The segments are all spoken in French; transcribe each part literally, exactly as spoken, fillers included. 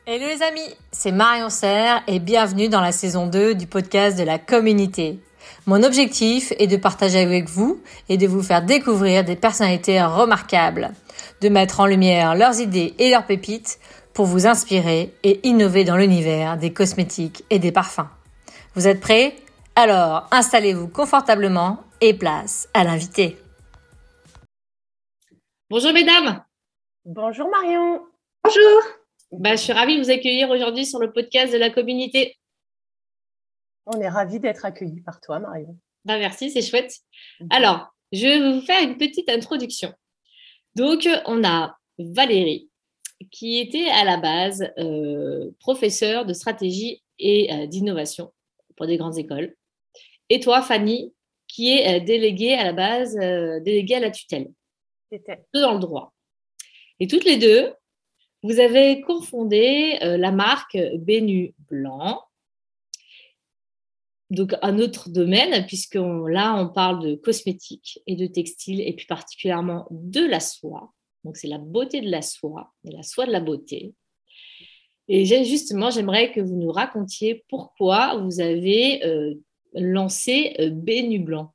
Hello les amis, c'est Marion Serre et bienvenue dans la saison deux du podcast de la communauté. Mon objectif est de partager avec vous et de vous faire découvrir des personnalités remarquables, de mettre en lumière leurs idées et leurs pépites pour vous inspirer et innover dans l'univers des cosmétiques et des parfums. Vous êtes prêts ? Alors, installez-vous confortablement et place à l'invité. Bonjour mesdames. Bonjour Marion. Bonjour. Bah, je suis ravie de vous accueillir aujourd'hui sur le podcast de la communauté. On est ravis d'être accueillis par toi Marion. Bah, merci, c'est chouette. Alors, je vais vous faire une petite introduction. Donc, on a Valérie qui était à la base euh, professeure de stratégie et euh, d'innovation pour des grandes écoles. Et toi, Fanny, qui est euh, déléguée à la base, euh, déléguée à la tutelle. C'était. Deux dans le droit. Et toutes les deux, vous avez confondé euh, la marque Benu Blanc, donc un autre domaine, puisque là, on parle de cosmétiques et de textiles, et plus particulièrement de la soie. Donc, c'est la beauté de la soie, de la soie de la beauté. Et justement, j'aimerais que vous nous racontiez pourquoi vous avez euh, lancé euh, Benu Blanc.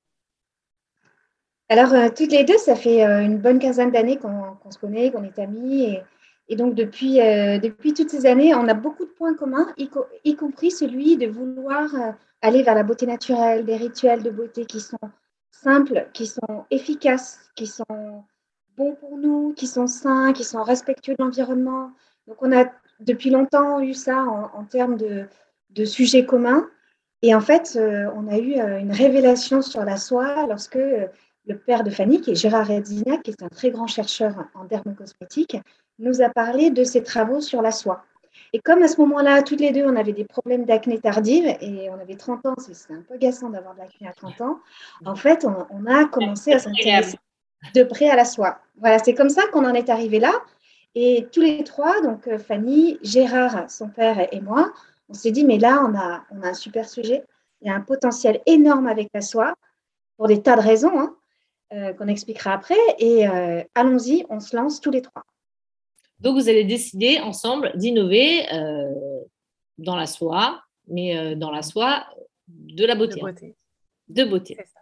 Alors, euh, toutes les deux, ça fait euh, une bonne quinzaine d'années qu'on, qu'on se connaît, qu'on est amis. Et, et donc, depuis, euh, depuis toutes ces années, on a beaucoup de points communs, y, co- y compris celui de vouloir euh, aller vers la beauté naturelle, des rituels de beauté qui sont simples, qui sont efficaces, qui sont bons pour nous, qui sont sains, qui sont respectueux de l'environnement. Donc, on a depuis longtemps eu ça en, en termes de, de sujets communs. Et en fait, euh, on a eu euh, une révélation sur la soie lorsque euh, le père de Fanny, qui est Gérard Redzignac, qui est un très grand chercheur en dermocosmétique, nous a parlé de ses travaux sur la soie. Et comme à ce moment-là, toutes les deux, on avait des problèmes d'acné tardive et on avait trente ans, c'est, c'est un peu agaçant d'avoir de l'acné à trente ans, en fait, on, on a commencé à s'intéresser de près à la soie. Voilà, c'est comme ça qu'on en est arrivé là. Et tous les trois, donc Fanny, Gérard, son père et moi, on s'est dit, mais là, on a, on a un super sujet. Il y a un potentiel énorme avec la soie, pour des tas de raisons, hein, euh, qu'on expliquera après. Et euh, allons-y, on se lance tous les trois. Donc, vous allez décider ensemble d'innover euh, dans la soie, mais euh, dans la soie de la beauté. De beauté. De beauté. C'est ça.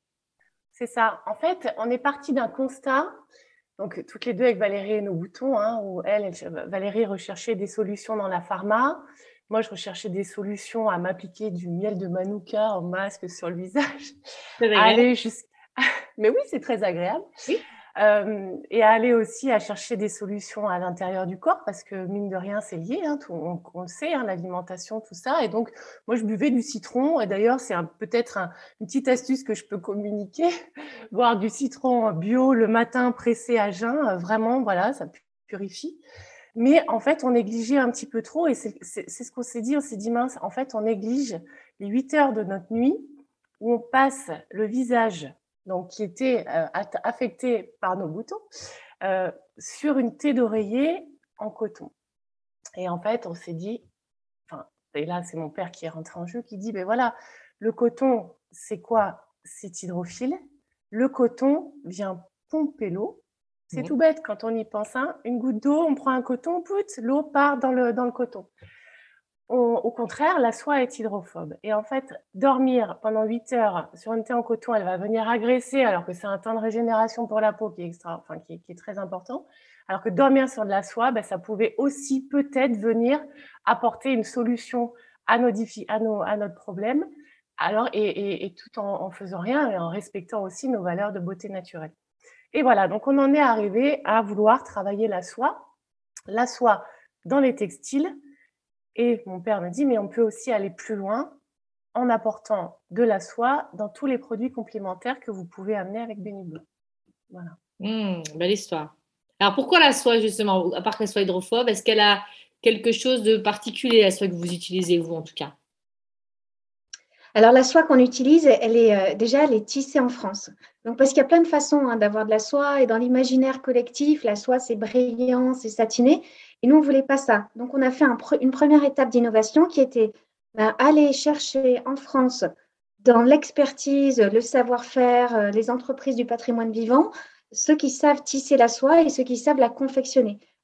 C'est ça. En fait, on est parti d'un constat, donc toutes les deux avec Valérie et nos boutons, hein, où elle, elle, Valérie recherchait des solutions dans la pharma. Moi, je recherchais des solutions à m'appliquer du miel de Manuka en masque sur le visage. Très À aller agréable. jusqu'- Mais oui, c'est très agréable. Oui. Euh, et à aller aussi à chercher des solutions à l'intérieur du corps, parce que mine de rien, c'est lié, hein, tout, on, on le sait, hein, l'alimentation, tout ça. Et donc, moi, je buvais du citron. Et d'ailleurs, c'est un, peut-être un- une petite astuce que je peux communiquer. Boire du citron bio le matin pressé à jeun, euh, vraiment, voilà, ça pu- purifie. Mais en fait, on négligeait un petit peu trop. Et c'est, c'est, c'est ce qu'on s'est dit. On s'est dit, mince, en fait, on néglige les huit heures de notre nuit où on passe le visage, donc qui était euh, at- affecté par nos boutons, euh, sur une thé d'oreiller en coton. Et en fait, on s'est dit, enfin, et là, c'est mon père qui est rentré en jeu, qui dit, ben voilà, le coton, c'est quoi? C'est hydrophile. Le coton vient pomper l'eau. C'est Oui. tout bête quand on y pense. Hein. Une goutte d'eau, on prend un coton, pout, l'eau part dans le, dans le coton. Au, au contraire, la soie est hydrophobe. Et en fait, dormir pendant huit heures sur une thé en coton, elle va venir agresser, alors que c'est un temps de régénération pour la peau qui est, extra, enfin, qui est, qui est très important. Alors que dormir sur de la soie, ben, ça pouvait aussi peut-être venir apporter une solution à, nos diffi- à, nos, à notre problème, alors, et, et, et tout en, en faisant rien et en respectant aussi nos valeurs de beauté naturelle. Et voilà, donc on en est arrivé à vouloir travailler la soie, la soie dans les textiles. Et mon père me dit, mais on peut aussi aller plus loin en apportant de la soie dans tous les produits complémentaires que vous pouvez amener avec Benu Blanc. Voilà. Mmh, belle histoire. Alors, pourquoi la soie, justement, à part qu'elle soit hydrophobe, est-ce qu'elle a quelque chose de particulier, la soie que vous utilisez, vous, en tout cas? Alors, la soie qu'on utilise, elle est euh, déjà, elle est tissée en France. Donc, parce qu'il y a plein de façons hein, d'avoir de la soie. Et dans l'imaginaire collectif, la soie, c'est brillant, c'est satiné. Et nous, on ne voulait pas ça. Donc, on a fait un pre- une première étape d'innovation qui était ben, aller chercher en France, dans l'expertise, le savoir-faire, euh, les entreprises du patrimoine vivant, ceux qui savent tisser la soie et ceux qui savent la confectionner.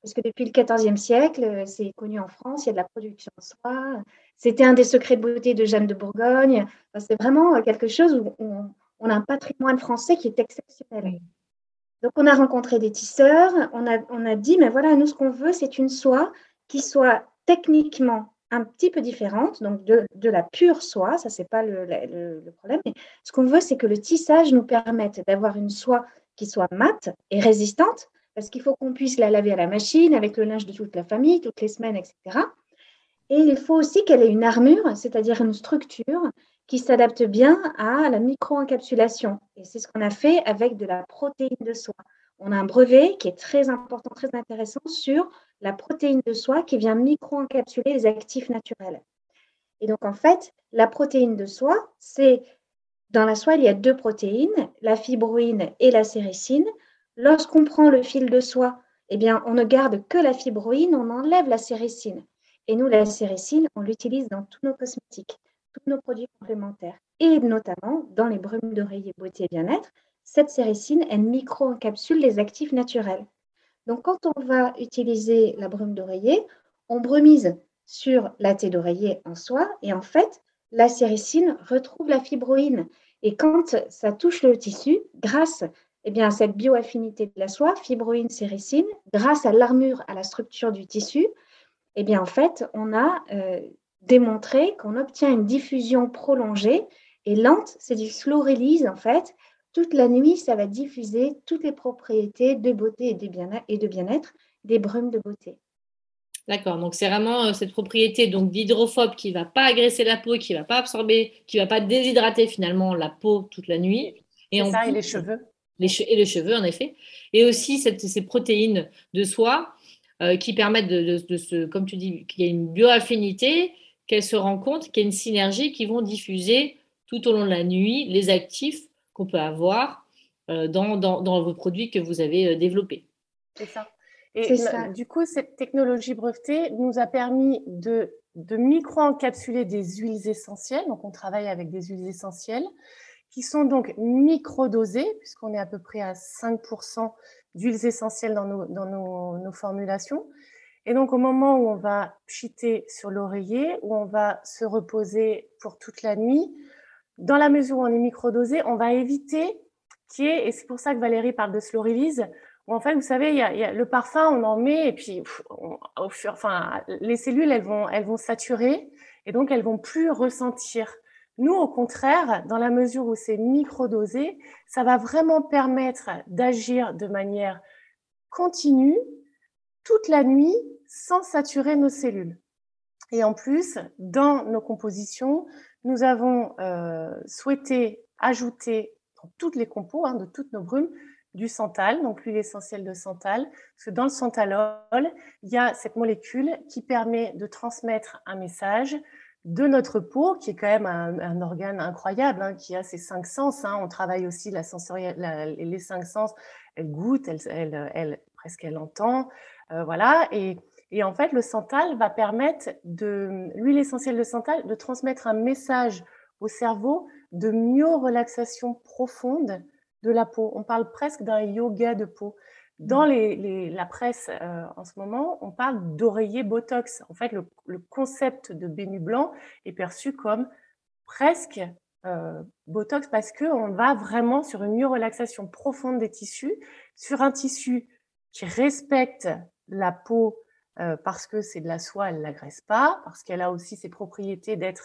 Parce que depuis le quatorzième siècle, c'est connu en France, il y a de la production de soie. C'était un des secrets de beauté de Jeanne de Bourgogne. Enfin, c'est vraiment quelque chose où on, on a un patrimoine français qui est exceptionnel. Oui. Donc, on a rencontré des tisseurs, on a, on a dit, mais voilà, nous, ce qu'on veut, c'est une soie qui soit techniquement un petit peu différente, donc de, de la pure soie, ça, c'est pas le, le, le problème. Mais ce qu'on veut, c'est que le tissage nous permette d'avoir une soie qui soit mate et résistante, parce qu'il faut qu'on puisse la laver à la machine avec le linge de toute la famille, toutes les semaines, et cetera. Et il faut aussi qu'elle ait une armure, c'est-à-dire une structure qui s'adapte bien à la micro-encapsulation. Et c'est ce qu'on a fait avec de la protéine de soie. On a un brevet qui est très important, très intéressant sur la protéine de soie qui vient micro-encapsuler les actifs naturels. Et donc, en fait, la protéine de soie, c'est dans la soie, il y a deux protéines, la fibroïne et la séricine. Lorsqu'on prend le fil de soie, eh bien, on ne garde que la fibroïne, on enlève la séricine. Et nous, la séricine, on l'utilise dans tous nos cosmétiques, tous nos produits complémentaires, et notamment dans les brumes d'oreiller beauté et bien-être. Cette séricine, elle micro-encapsule les actifs naturels. Donc, quand on va utiliser la brume d'oreiller, on brumise sur la thé d'oreiller en soie, et en fait, la séricine retrouve la fibroïne. Et quand ça touche le tissu, grâce eh bien, à cette bioaffinité de la soie, fibroïne, séricine, grâce à l'armure, à la structure du tissu, eh bien, en fait, on a euh, démontré qu'on obtient une diffusion prolongée et lente, c'est du slow release en fait. Toute la nuit, ça va diffuser toutes les propriétés de beauté et de bien-être, et de bien-être des brumes de beauté. D'accord, donc c'est vraiment euh, cette propriété donc d'hydrophobe qui ne va pas agresser la peau, qui ne va pas absorber, qui ne va pas déshydrater finalement la peau toute la nuit. Et C'est en ça, plus, et les cheveux. les che- et les cheveux en effet. Et aussi cette- ces protéines de soie euh, qui permettent de, de- de se, comme tu dis, qu'il y a une bioaffinité, qu'elles se rencontrent, qu'il y a une synergie qui vont diffuser tout au long de la nuit les actifs qu'on peut avoir euh, dans, dans, dans vos produits que vous avez euh, développés. C'est ça. Et C'est ça. du coup, cette technologie brevetée nous a permis de, de micro-encapsuler des huiles essentielles. Donc, on travaille avec des huiles essentielles qui sont donc microdosées, puisqu'on est à peu près à cinq pour cent d'huiles essentielles dans nos, dans nos, nos formulations. Et donc, au moment où on va pchiter sur l'oreiller, où on va se reposer pour toute la nuit, dans la mesure où on est microdosé, on va éviter qu'il y ait, et c'est pour ça que Valérie parle de slow release, où en fait, vous savez, il y a, il y a le parfum, on en met, et puis pff, on, au fur, enfin, les cellules, elles vont, elles vont saturer, et donc elles vont plus ressentir. Nous, au contraire, dans la mesure où c'est microdosé, ça va vraiment permettre d'agir de manière continue, toute la nuit, sans saturer nos cellules. Et en plus, dans nos compositions, nous avons euh, souhaité ajouter dans toutes les compos, hein, de toutes nos brumes, du santal, donc l'huile essentielle de santal, parce que dans le santalol, il y a cette molécule qui permet de transmettre un message de notre peau, qui est quand même un, un organe incroyable, hein, qui a ses cinq sens. Hein. On travaille aussi la sensorielle, la, les cinq sens. Elle goûte, elle, elle, elle presque elle entend, euh, voilà. Et Et en fait, le santal va permettre, de l'huile essentielle de santal, de transmettre un message au cerveau de myo-relaxation profonde de la peau. On parle presque d'un yoga de peau. Dans les, les, la presse euh, en ce moment, on parle d'oreiller Botox. En fait, le, le concept de Bénu Blanc est perçu comme presque euh, Botox parce qu'on va vraiment sur une myo-relaxation profonde des tissus, sur un tissu qui respecte la peau euh, parce que c'est de la soie, elle ne l'agresse pas, parce qu'elle a aussi ses propriétés d'être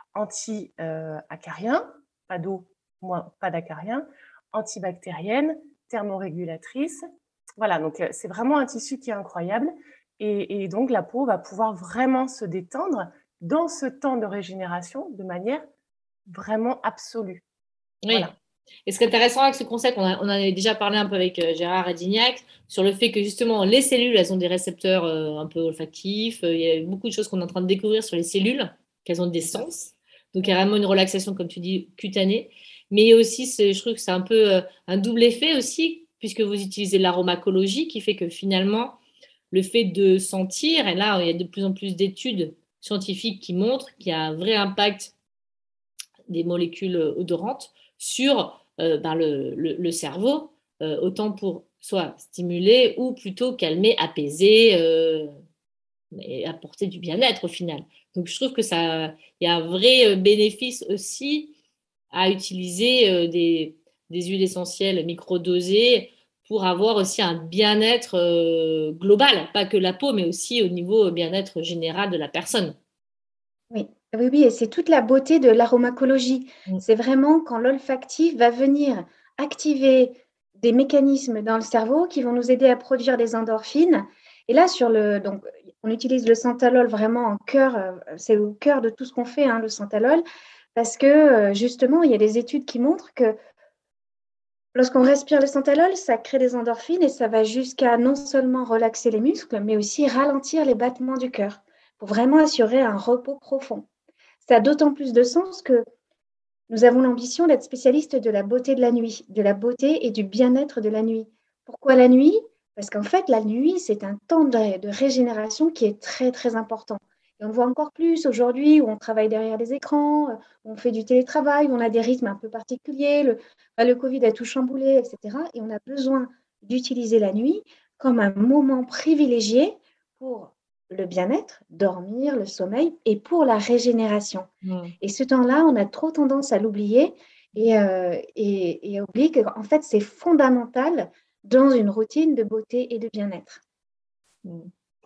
anti-acarien, euh, pas d'eau, moins pas d'acarien, antibactérienne, thermorégulatrice. Voilà, donc euh, c'est vraiment un tissu qui est incroyable. Et, et donc la peau va pouvoir vraiment se détendre dans ce temps de régénération de manière vraiment absolue. Oui. Voilà. Et ce qui est intéressant avec ce concept, on, a, on en avait déjà parlé un peu avec euh, Gérard Adignac, sur le fait que justement les cellules, elles ont des récepteurs euh, un peu olfactifs. Euh, il y a beaucoup de choses qu'on est en train de découvrir sur les cellules, qu'elles ont des sens. Donc il y a vraiment une relaxation, comme tu dis, cutanée. Mais il y a aussi, je trouve que c'est un peu euh, un double effet aussi, puisque vous utilisez l'aromacologie, qui fait que finalement, le fait de sentir, et là, il y a de plus en plus d'études scientifiques qui montrent qu'il y a un vrai impact des molécules odorantes sur euh, ben le, le, le cerveau, euh, autant pour soit stimuler ou plutôt calmer, apaiser euh, et apporter du bien-être au final. Donc, je trouve que ça, il y a un vrai bénéfice aussi à utiliser euh, des, des huiles essentielles microdosées pour avoir aussi un bien-être euh, global, pas que la peau, mais aussi au niveau bien-être général de la personne. Oui, oui, oui, et c'est toute la beauté de l'aromacologie. Mm. C'est vraiment quand l'olfactif va venir activer des mécanismes dans le cerveau qui vont nous aider à produire des endorphines. Et là, sur le, donc, on utilise le santalol vraiment en cœur, euh, c'est au cœur de tout ce qu'on fait, hein, le santalol, parce que euh, justement, il y a des études qui montrent que lorsqu'on respire le santalol, ça crée des endorphines et ça va jusqu'à non seulement relaxer les muscles, mais aussi ralentir les battements du cœur pour vraiment assurer un repos profond. Ça a d'autant plus de sens que nous avons l'ambition d'être spécialistes de la beauté de la nuit, de la beauté et du bien-être de la nuit. Pourquoi la nuit? Parce qu'en fait, la nuit, c'est un temps de, de régénération qui est très, très important. Et on le voit encore plus aujourd'hui où on travaille derrière les écrans, où on fait du télétravail, où on a des rythmes un peu particuliers, le, le Covid a tout chamboulé, et cetera. Et on a besoin d'utiliser la nuit comme un moment privilégié pour le bien-être, dormir, le sommeil et pour la régénération. Mm. Et ce temps-là, on a trop tendance à l'oublier et, euh, et, et à oublier qu'en fait, c'est fondamental dans une routine de beauté et de bien-être. Mm.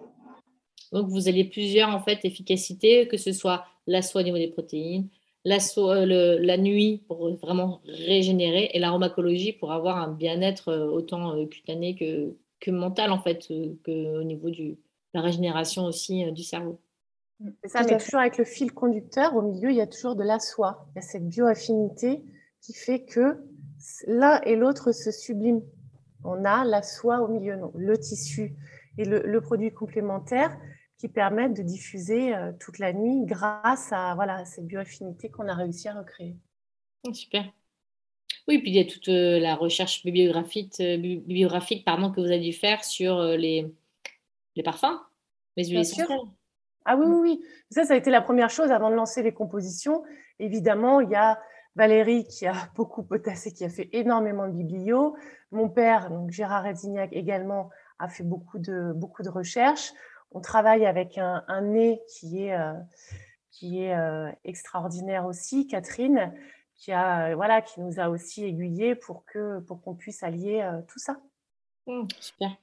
Donc, vous avez plusieurs en fait efficacités, que ce soit la soie au niveau des protéines, la, soie, le, la nuit pour vraiment régénérer et l'aromacologie pour avoir un bien-être euh, autant euh, cutané que, que mental en fait, euh, que au niveau du, de la régénération aussi euh, du cerveau. C'est ça, Tout mais à fait. toujours avec le fil conducteur, au milieu, il y a toujours de la soie. Il y a cette bioaffinité qui fait que l'un et l'autre se subliment. On a la soie au milieu, non, le tissu et le, le produit complémentaire qui permettent de diffuser euh, toute la nuit grâce à voilà, cette bioaffinité qu'on a réussi à recréer. Oh, super. Oui, puis il y a toute euh, la recherche bibliographique, euh, bibliographique pardon, que vous avez dû faire sur euh, les, les parfums, les huiles Bien sûr. essentielles. Ah oui, oui, oui. Ça, ça a été la première chose avant de lancer les compositions. Évidemment, il y a Valérie qui a beaucoup potassé, qui a fait énormément de biblio. Mon père, donc Gérard Retzignac également, a fait beaucoup de, beaucoup de recherches. On travaille avec un, un nez qui est, euh, qui est euh, extraordinaire aussi, Catherine, qui, a, euh, voilà, qui nous a aussi aiguillés pour que, pour qu'on puisse allier euh, tout ça. Mmh, super.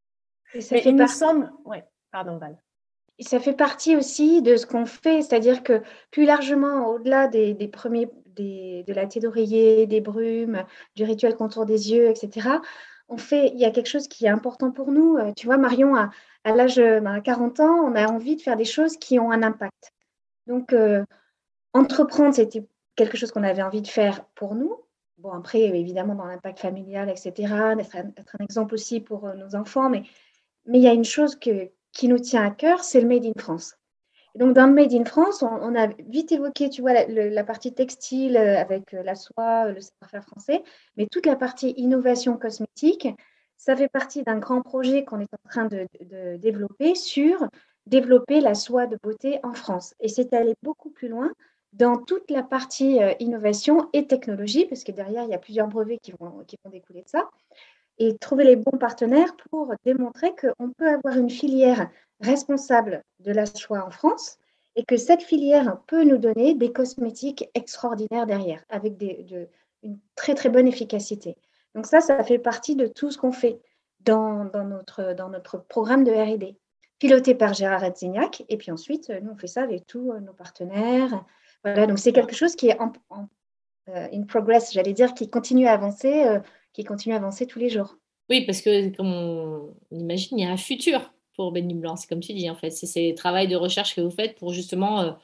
Et ça Mais fait il nous partie. semble... Ouais, pardon Val. Et ça fait partie aussi de ce qu'on fait, c'est-à-dire que plus largement, au-delà des, des premiers, des, de la thé d'oreiller, des brumes, du rituel contour des yeux, et cetera, on fait, il y a quelque chose qui est important pour nous. Euh, Tu vois, Marion, à, à l'âge ben, à quarante ans, on a envie de faire des choses qui ont un impact. Donc, euh, entreprendre, c'était quelque chose qu'on avait envie de faire pour nous. Bon, après, évidemment, dans l'impact familial, et cetera, d'être un, être un exemple aussi pour euh, nos enfants, mais mais il y a une chose que, qui nous tient à cœur, c'est le Made in France. Et donc, dans le Made in France, on, on a vite évoqué, tu vois, la, le- la partie textile euh, avec euh, la soie, le savoir-faire français, mais toute la partie innovation cosmétique, ça fait partie d'un grand projet qu'on est en train de, de développer sur développer la soie de beauté en France. Et c'est aller beaucoup plus loin dans toute la partie euh, innovation et technologie, parce que derrière, il y a plusieurs brevets qui vont, qui vont découler de ça et trouver les bons partenaires pour démontrer qu'on peut avoir une filière responsable de la soie en France et que cette filière peut nous donner des cosmétiques extraordinaires derrière, avec des, de, une très très bonne efficacité. Donc ça, ça fait partie de tout ce qu'on fait dans, dans, notre, dans notre programme de R et D, piloté par Gérard Retzignac. Et puis ensuite, nous, on fait ça avec tous nos partenaires. Voilà, donc c'est quelque chose qui est en, en euh, in progress, j'allais dire, qui continue à avancer, euh, qui continue à avancer tous les jours. Oui, parce que comme on, on imagine, il y a un futur pour Benny Blanc. C'est comme tu dis, en fait. C'est c'est le travail de recherche que vous faites pour justement euh,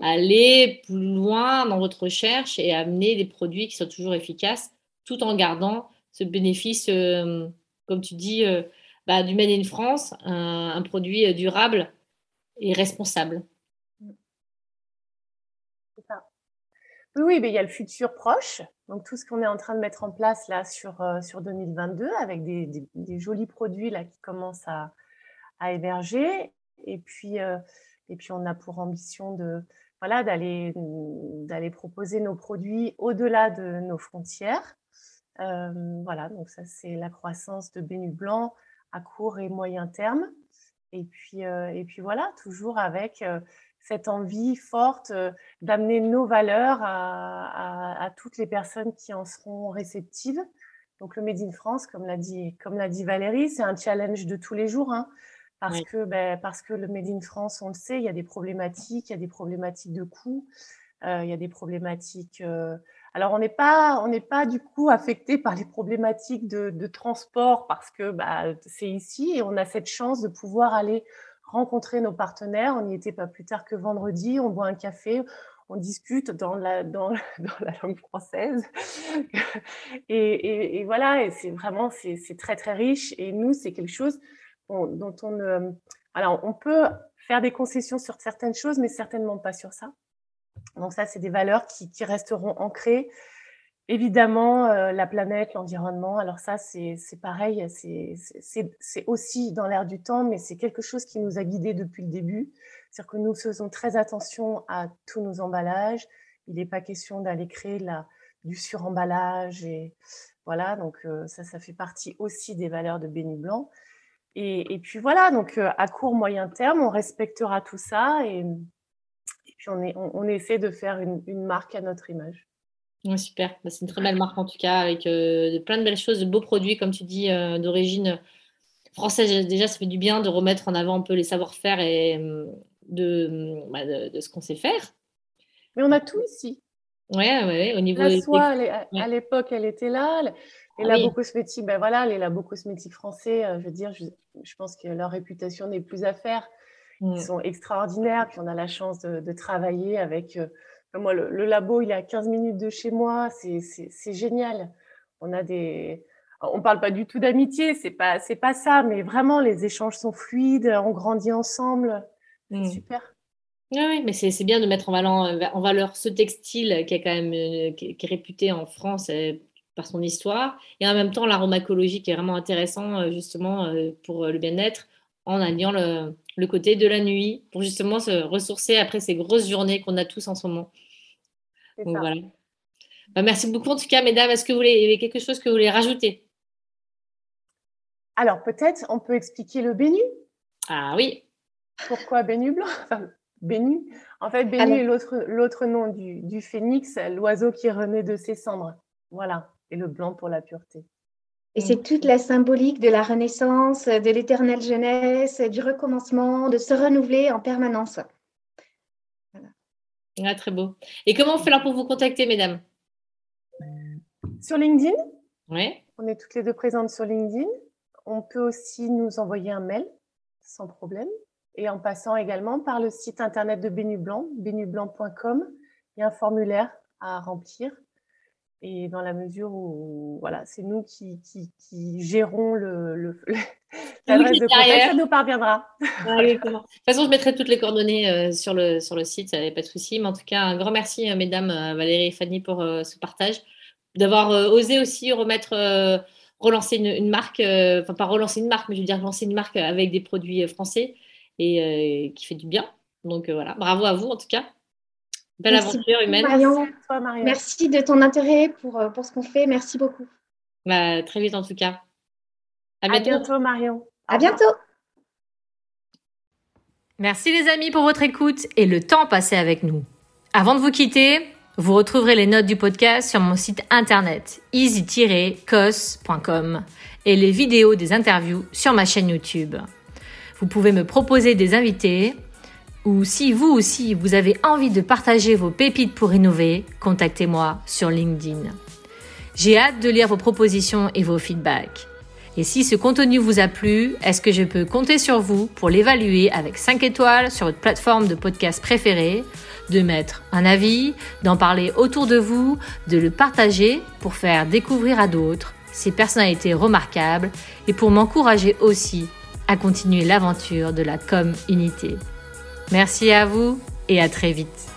aller plus loin dans votre recherche et amener des produits qui soient toujours efficaces, tout en gardant ce bénéfice, euh, comme tu dis, euh, bah, du Made in France, un, un produit euh, durable et responsable. C'est ça. Oui, oui, mais il y a le futur proche. Donc, tout ce qu'on est en train de mettre en place là sur, euh, sur deux mille vingt-deux avec des, des, des jolis produits là qui commencent à, à émerger. Et puis, euh, et puis, on a pour ambition de, voilà, d'aller, d'aller proposer nos produits au-delà de nos frontières. Euh, voilà, donc ça, c'est la croissance de Bénu Blanc à court et moyen terme. Et puis, euh, et puis voilà, toujours avec euh, cette envie forte euh, d'amener nos valeurs à, à, à toutes les personnes qui en seront réceptives. Donc le Made in France, comme l'a dit, comme l'a dit Valérie, c'est un challenge de tous les jours, hein, parce, oui. que, ben, parce que le Made in France, on le sait, il y a des problématiques, il y a des problématiques de coûts, euh, il y a des problématiques... Euh... Alors, on n'est pas, on n'est pas du coup affecté par les problématiques de, de transport parce que bah, c'est ici et on a cette chance de pouvoir aller rencontrer nos partenaires. On n'y était pas plus tard que vendredi, on boit un café, on discute dans la, dans, dans la langue française. et, et, et voilà, et c'est vraiment, c'est, c'est très, très riche. Et nous, c'est quelque chose dont, dont on... Euh, alors, on peut faire des concessions sur certaines choses, mais certainement pas sur ça. Donc ça, c'est des valeurs qui, qui resteront ancrées. Évidemment, euh, la planète, l'environnement, alors ça, c'est, c'est pareil, c'est, c'est, c'est aussi dans l'air du temps, mais c'est quelque chose qui nous a guidés depuis le début. C'est-à-dire que nous faisons très attention à tous nos emballages. Il n'est pas question d'aller créer la, du suremballage. Et voilà, donc euh, ça, ça fait partie aussi des valeurs de Bénu Blanc. Et, et puis voilà, donc euh, à court, moyen terme, on respectera tout ça et... Puis on, est, on, on essaie de faire une, une marque à notre image. Ouais, super, c'est une très belle marque en tout cas, avec euh, de, plein de belles choses, de beaux produits, comme tu dis, euh, d'origine française. Déjà, ça fait du bien de remettre en avant un peu les savoir-faire et de, bah, de, de ce qu'on sait faire. Mais on a tout ici. Oui, ouais, ouais, au niveau... La soie, des... à, ouais. à l'époque, elle était là. Les ah, labos oui. cosmétiques, ben voilà, les labos cosmétiques français, euh, je veux dire, je, je pense que leur réputation n'est plus à faire. Ils sont extraordinaires, puis on a la chance de, de travailler avec... Euh, moi, le, le labo, il est à quinze minutes de chez moi, c'est, c'est, c'est génial. On a des... On ne parle pas du tout d'amitié, c'est pas, c'est pas ça, mais vraiment, les échanges sont fluides, on grandit ensemble, c'est mmh. super. Oui, oui, mais c'est, c'est bien de mettre en valeur, en valeur ce textile qui est quand même qui est, qui est réputé en France euh, par son histoire, et en même temps, l'aromacologie qui est vraiment intéressant justement euh, pour le bien-être, en alliant le, le côté de la nuit pour justement se ressourcer après ces grosses journées qu'on a tous en ce moment. C'est Donc, ça. voilà. Bah, merci beaucoup en tout cas, mesdames. Est-ce que vous voulez, il y avait quelque chose que vous voulez rajouter? Alors peut-être on peut expliquer le Bénu. Ah oui. Pourquoi Bénu Blanc? Enfin, Bénu. En fait, Bénu Alors... est l'autre, l'autre nom du, du phénix, l'oiseau qui renaît de ses cendres. Voilà. Et le blanc pour la pureté. Et c'est toute la symbolique de la renaissance, de l'éternelle jeunesse, du recommencement, de se renouveler en permanence. Voilà. Ah, très beau. Et comment on fait là pour vous contacter, mesdames? Sur LinkedIn. Oui. On est toutes les deux présentes sur LinkedIn. On peut aussi nous envoyer un mail, sans problème. Et en passant également par le site internet de Bénu Blanc, bénu blanc point com. Il y a un formulaire à remplir. Et dans la mesure où, voilà, c'est nous qui, qui, qui gérons le, le, le, l'adresse de contact, ça nous parviendra. Ah, oui, de toute façon, je mettrai toutes les coordonnées euh, sur, le, sur le site, ça n'y a pas de souci. Mais en tout cas, un grand merci, euh, mesdames, euh, Valérie et Fanny, pour euh, ce partage. D'avoir euh, osé aussi remettre, euh, relancer une, une marque, euh, enfin pas relancer une marque, mais je veux dire relancer une marque avec des produits français et euh, qui fait du bien. Donc euh, voilà, bravo à vous en tout cas. Belle Merci aventure humaine. Marion. Merci, à toi, Marion. Merci de ton intérêt pour, pour ce qu'on fait. Merci beaucoup. Bah, très vite en tout cas. À bientôt, à bientôt Marion. À bientôt. Merci les amis pour votre écoute et le temps passé avec nous. Avant de vous quitter, vous retrouverez les notes du podcast sur mon site internet easy tiret cos point com et les vidéos des interviews sur ma chaîne YouTube. Vous pouvez me proposer des invités ou si vous aussi vous avez envie de partager vos pépites pour innover, contactez-moi sur LinkedIn. J'ai hâte de lire vos propositions et vos feedbacks. Et si ce contenu vous a plu, est-ce que je peux compter sur vous pour l'évaluer avec cinq étoiles sur votre plateforme de podcast préférée, de mettre un avis, d'en parler autour de vous, de le partager pour faire découvrir à d'autres ces personnalités remarquables et pour m'encourager aussi à continuer l'aventure de la com unité. Merci à vous et à très vite.